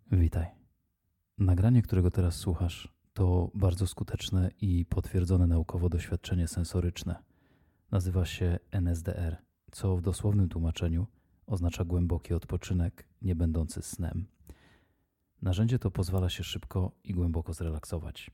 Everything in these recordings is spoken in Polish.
Witaj. Nagranie, którego teraz słuchasz, to bardzo skuteczne i potwierdzone naukowo doświadczenie sensoryczne. Nazywa się NSDR, co w dosłownym tłumaczeniu oznacza głęboki odpoczynek, nie będący snem. Narzędzie to pozwala się szybko i głęboko zrelaksować.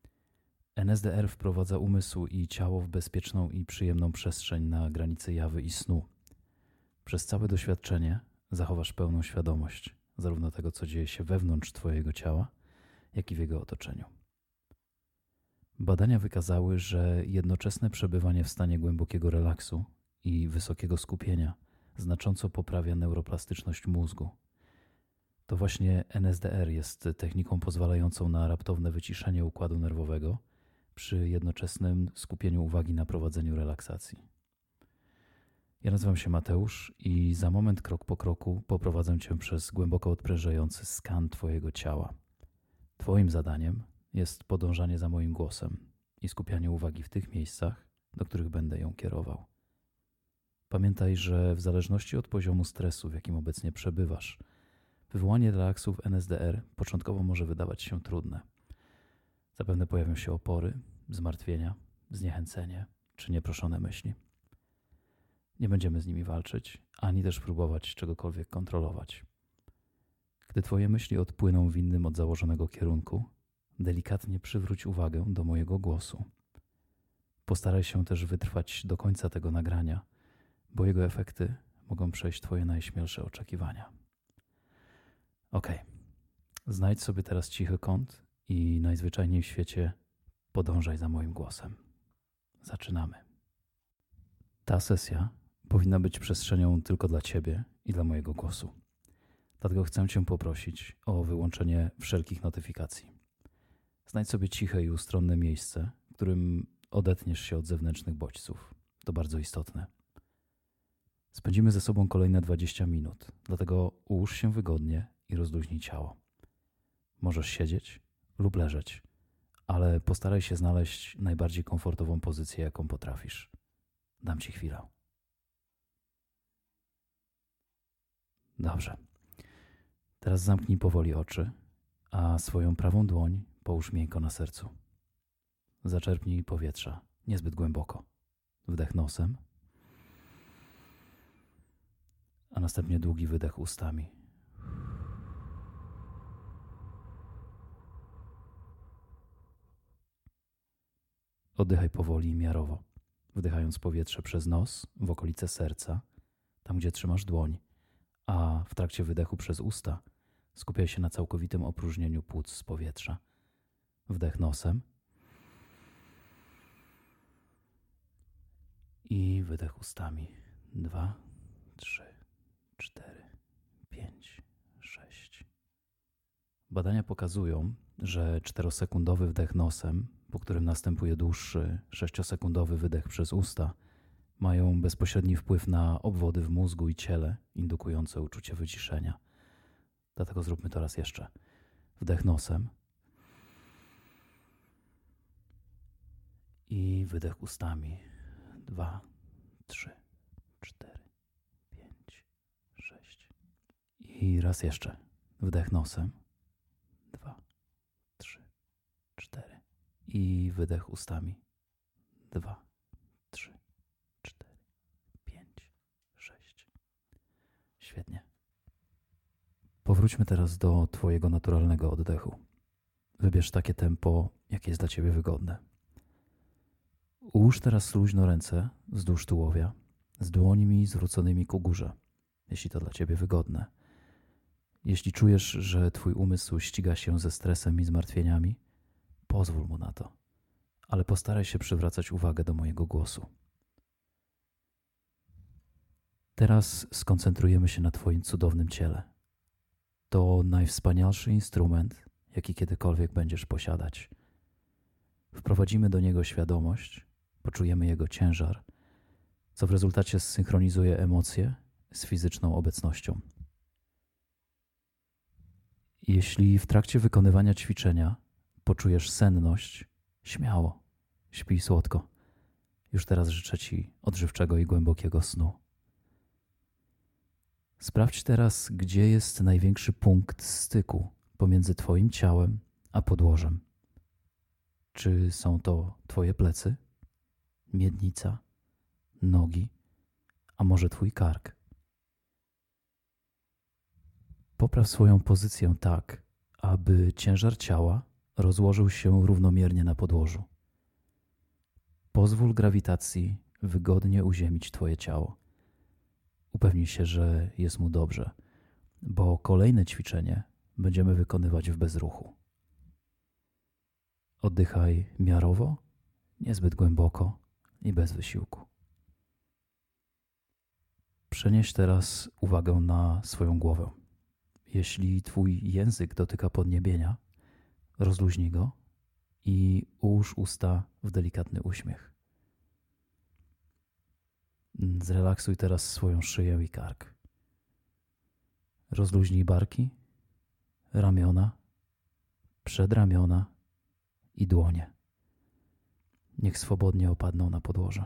NSDR wprowadza umysł i ciało w bezpieczną i przyjemną przestrzeń na granicy jawy i snu. Przez całe doświadczenie zachowasz pełną świadomość zarówno tego, co dzieje się wewnątrz Twojego ciała, jak i w jego otoczeniu. Badania wykazały, że jednoczesne przebywanie w stanie głębokiego relaksu i wysokiego skupienia znacząco poprawia neuroplastyczność mózgu. To właśnie NSDR jest techniką pozwalającą na raptowne wyciszenie układu nerwowego przy jednoczesnym skupieniu uwagi na prowadzeniu relaksacji. Ja nazywam się Mateusz i za moment, krok po kroku, poprowadzę Cię przez głęboko odprężający skan Twojego ciała. Twoim zadaniem jest podążanie za moim głosem i skupianie uwagi w tych miejscach, do których będę ją kierował. Pamiętaj, że w zależności od poziomu stresu, w jakim obecnie przebywasz, wywołanie relaksu w NSDR początkowo może wydawać się trudne. Zapewne pojawią się opory, zmartwienia, zniechęcenie czy nieproszone myśli. Nie będziemy z nimi walczyć, ani też próbować czegokolwiek kontrolować. Gdy Twoje myśli odpłyną w innym od założonego kierunku, delikatnie przywróć uwagę do mojego głosu. Postaraj się też wytrwać do końca tego nagrania, bo jego efekty mogą przejść Twoje najśmielsze oczekiwania. Okej. Znajdź sobie teraz cichy kąt i najzwyczajniej w świecie podążaj za moim głosem. Zaczynamy. Ta sesja powinna być przestrzenią tylko dla Ciebie i dla mojego głosu. Dlatego chcę Cię poprosić o wyłączenie wszelkich notyfikacji. Znajdź sobie ciche i ustronne miejsce, w którym odetniesz się od zewnętrznych bodźców. To bardzo istotne. Spędzimy ze sobą kolejne 20 minut, dlatego ułóż się wygodnie i rozluźnij ciało. Możesz siedzieć lub leżeć, ale postaraj się znaleźć najbardziej komfortową pozycję, jaką potrafisz. Dam Ci chwilę. Dobrze. Teraz zamknij powoli oczy, a swoją prawą dłoń połóż miękko na sercu. Zaczerpnij powietrza niezbyt głęboko. Wdech nosem, a następnie długi wydech ustami. Oddychaj powoli i miarowo, wdychając powietrze przez nos w okolice serca, tam gdzie trzymasz dłoń, a w trakcie wydechu przez usta skupiaj się na całkowitym opróżnieniu płuc z powietrza. Wdech nosem i wydech ustami. 2, 3, 4, 5, 6. Badania pokazują, że 4-sekundowy wdech nosem, po którym następuje dłuższy 6-sekundowy wydech przez usta, mają bezpośredni wpływ na obwody w mózgu i ciele, indukujące uczucie wyciszenia. Dlatego zróbmy to raz jeszcze. Wdech nosem i wydech ustami. 2, 3, 4, 5, 6. I raz jeszcze. Wdech nosem. 2, 3, 4. I wydech ustami. 2, 3, 4, 5, 6. Świetnie. Powróćmy teraz do Twojego naturalnego oddechu. Wybierz takie tempo, jakie jest dla Ciebie wygodne. Ułóż teraz luźno ręce wzdłuż tułowia, z dłońmi zwróconymi ku górze, jeśli to dla Ciebie wygodne. Jeśli czujesz, że Twój umysł ściga się ze stresem i zmartwieniami, pozwól mu na to, ale postaraj się przywracać uwagę do mojego głosu. Teraz skoncentrujemy się na Twoim cudownym ciele. To najwspanialszy instrument, jaki kiedykolwiek będziesz posiadać. Wprowadzimy do niego świadomość, poczujemy jego ciężar, co w rezultacie zsynchronizuje emocje z fizyczną obecnością. Jeśli w trakcie wykonywania ćwiczenia poczujesz senność, śmiało, śpij słodko. Już teraz życzę Ci odżywczego i głębokiego snu. Sprawdź teraz, gdzie jest największy punkt styku pomiędzy Twoim ciałem a podłożem. Czy są to Twoje plecy, miednica, nogi, a może Twój kark? Popraw swoją pozycję tak, aby ciężar ciała rozłożył się równomiernie na podłożu. Pozwól grawitacji wygodnie uziemić Twoje ciało. Upewnij się, że jest mu dobrze, bo kolejne ćwiczenie będziemy wykonywać w bezruchu. Oddychaj miarowo, niezbyt głęboko i bez wysiłku. Przenieś teraz uwagę na swoją głowę. Jeśli Twój język dotyka podniebienia, rozluźnij go i ułóż usta w delikatny uśmiech. Zrelaksuj teraz swoją szyję i kark. Rozluźnij barki, ramiona, przedramiona i dłonie. Niech swobodnie opadną na podłoże.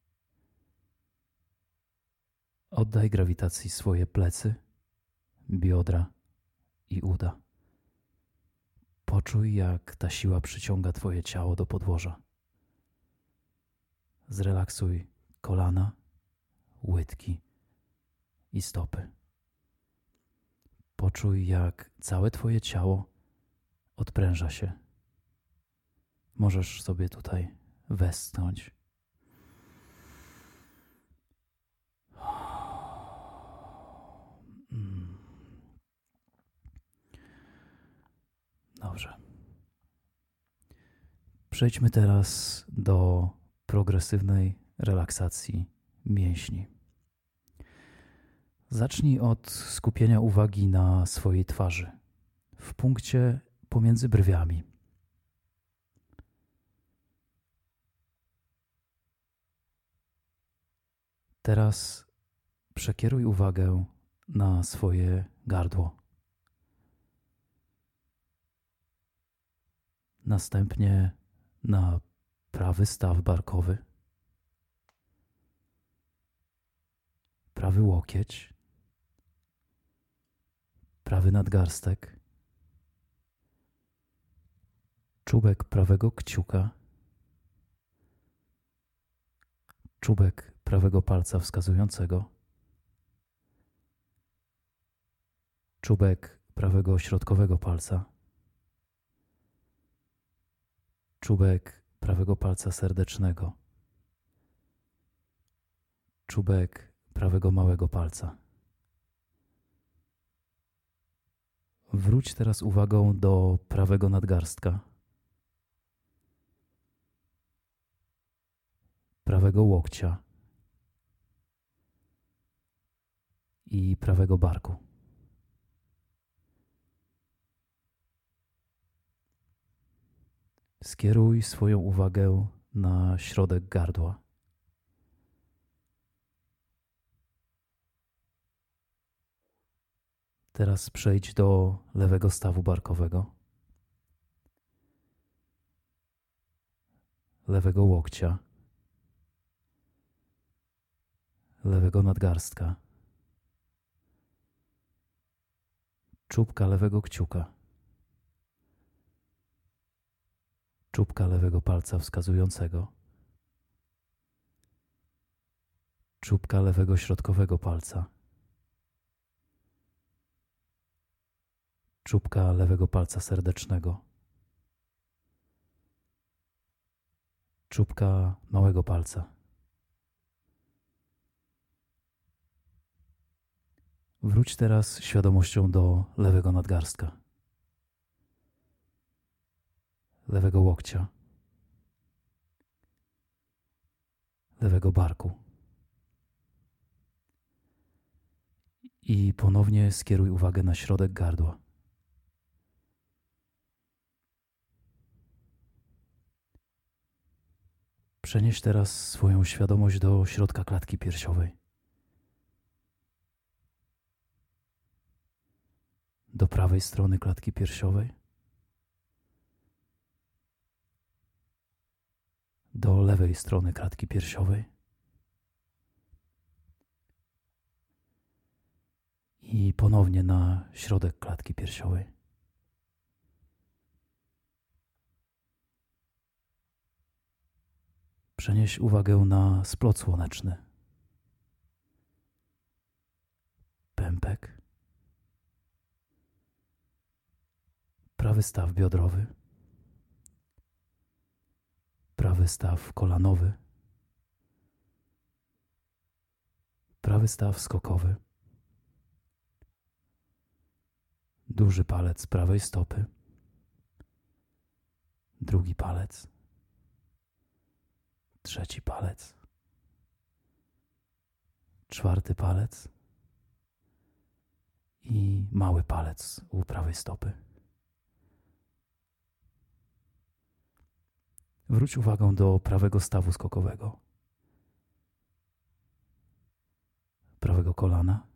Oddaj grawitacji swoje plecy, biodra i uda. Poczuj, jak ta siła przyciąga Twoje ciało do podłoża. Zrelaksuj kolana, łydki i stopy. Poczuj, jak całe Twoje ciało odpręża się. Możesz sobie tutaj westchnąć. Dobrze. Przejdźmy teraz do progresywnej relaksacji mięśni. Zacznij od skupienia uwagi na swojej twarzy, w punkcie pomiędzy brwiami. Teraz przekieruj uwagę na swoje gardło. Następnie na prawy staw barkowy, prawy łokieć, prawy nadgarstek, czubek prawego kciuka, czubek prawego palca wskazującego, czubek prawego środkowego palca, czubek prawego palca serdecznego, czubek prawego małego palca. Wróć teraz uwagą do prawego nadgarstka, prawego łokcia i prawego barku. Skieruj swoją uwagę na środek gardła. Teraz przejdź do lewego stawu barkowego, lewego łokcia, lewego nadgarstka, czubka lewego kciuka, czubka lewego palca wskazującego, czubka lewego środkowego palca, czubka lewego palca serdecznego, czubka małego palca. Wróć teraz świadomością do lewego nadgarstka, lewego łokcia, lewego barku i ponownie skieruj uwagę na środek gardła. Przenieś teraz swoją świadomość do środka klatki piersiowej, do prawej strony klatki piersiowej, do lewej strony klatki piersiowej i ponownie na środek klatki piersiowej. Przenieś uwagę na splot słoneczny, pępek, prawy staw biodrowy, prawy staw kolanowy, prawy staw skokowy, duży palec prawej stopy, drugi palec, trzeci palec, czwarty palec i mały palec u prawej stopy. Wróć uwagę do prawego stawu skokowego, prawego kolana,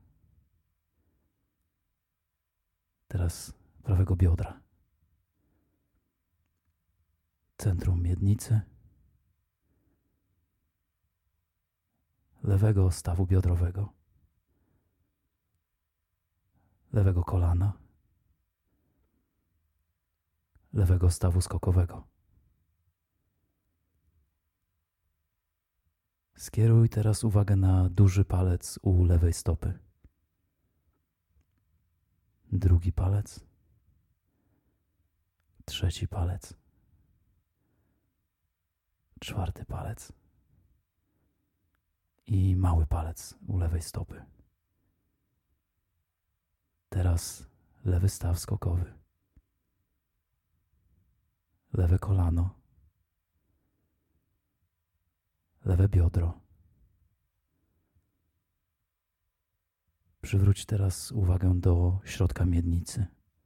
teraz prawego biodra, centrum miednicy, lewego stawu biodrowego, lewego kolana, lewego stawu skokowego. Skieruj teraz uwagę na duży palec u lewej stopy, drugi palec, trzeci palec, czwarty palec i mały palec u lewej stopy. Teraz lewy staw skokowy, lewe kolano, lewe biodro. Przywróć teraz uwagę do środka miednicy,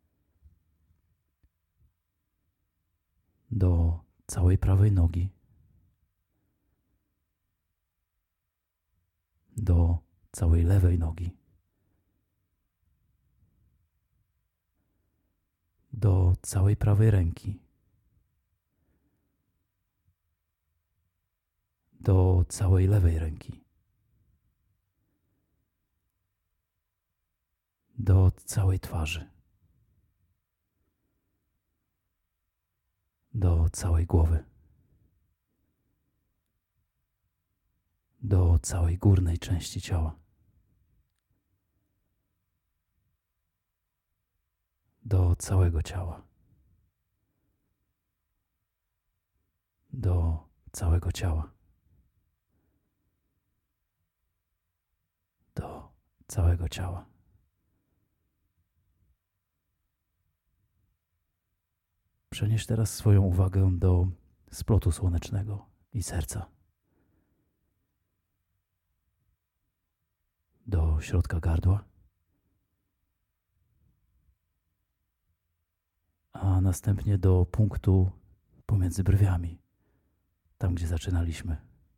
do całej prawej nogi, do całej lewej nogi, do całej prawej ręki, do całej lewej ręki, do całej twarzy, do całej głowy, do całej górnej części ciała, do całego ciała, do całego ciała, do całego ciała. Przenieś teraz swoją uwagę do splotu słonecznego i serca, do środka gardła, a następnie do punktu pomiędzy brwiami, tam gdzie zaczynaliśmy.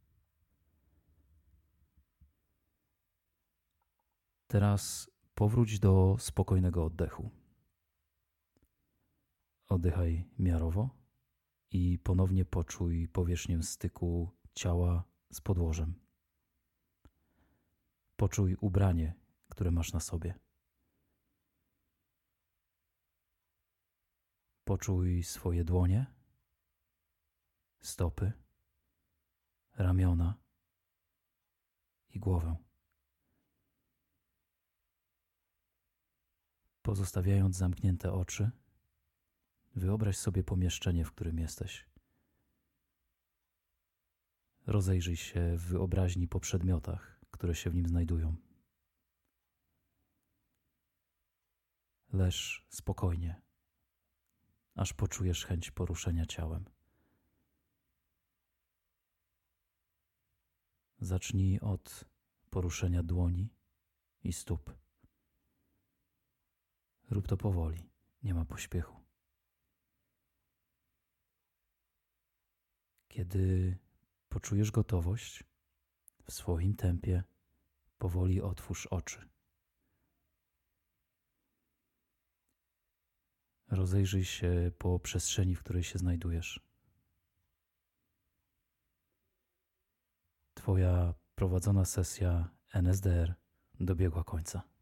Teraz powróć do spokojnego oddechu. Oddychaj miarowo i ponownie poczuj powierzchnię styku ciała z podłożem. Poczuj ubranie, które masz na sobie. Poczuj swoje dłonie, stopy, ramiona i głowę. Pozostawiając zamknięte oczy, wyobraź sobie pomieszczenie, w którym jesteś. Rozejrzyj się w wyobraźni po przedmiotach, które się w nim znajdują. Leż spokojnie, aż poczujesz chęć poruszenia ciałem. Zacznij od poruszenia dłoni i stóp. Rób to powoli, nie ma pośpiechu. Kiedy poczujesz gotowość, w swoim tempie powoli otwórz oczy. Rozejrzyj się po przestrzeni, w której się znajdujesz. Twoja prowadzona sesja NSDR dobiegła końca.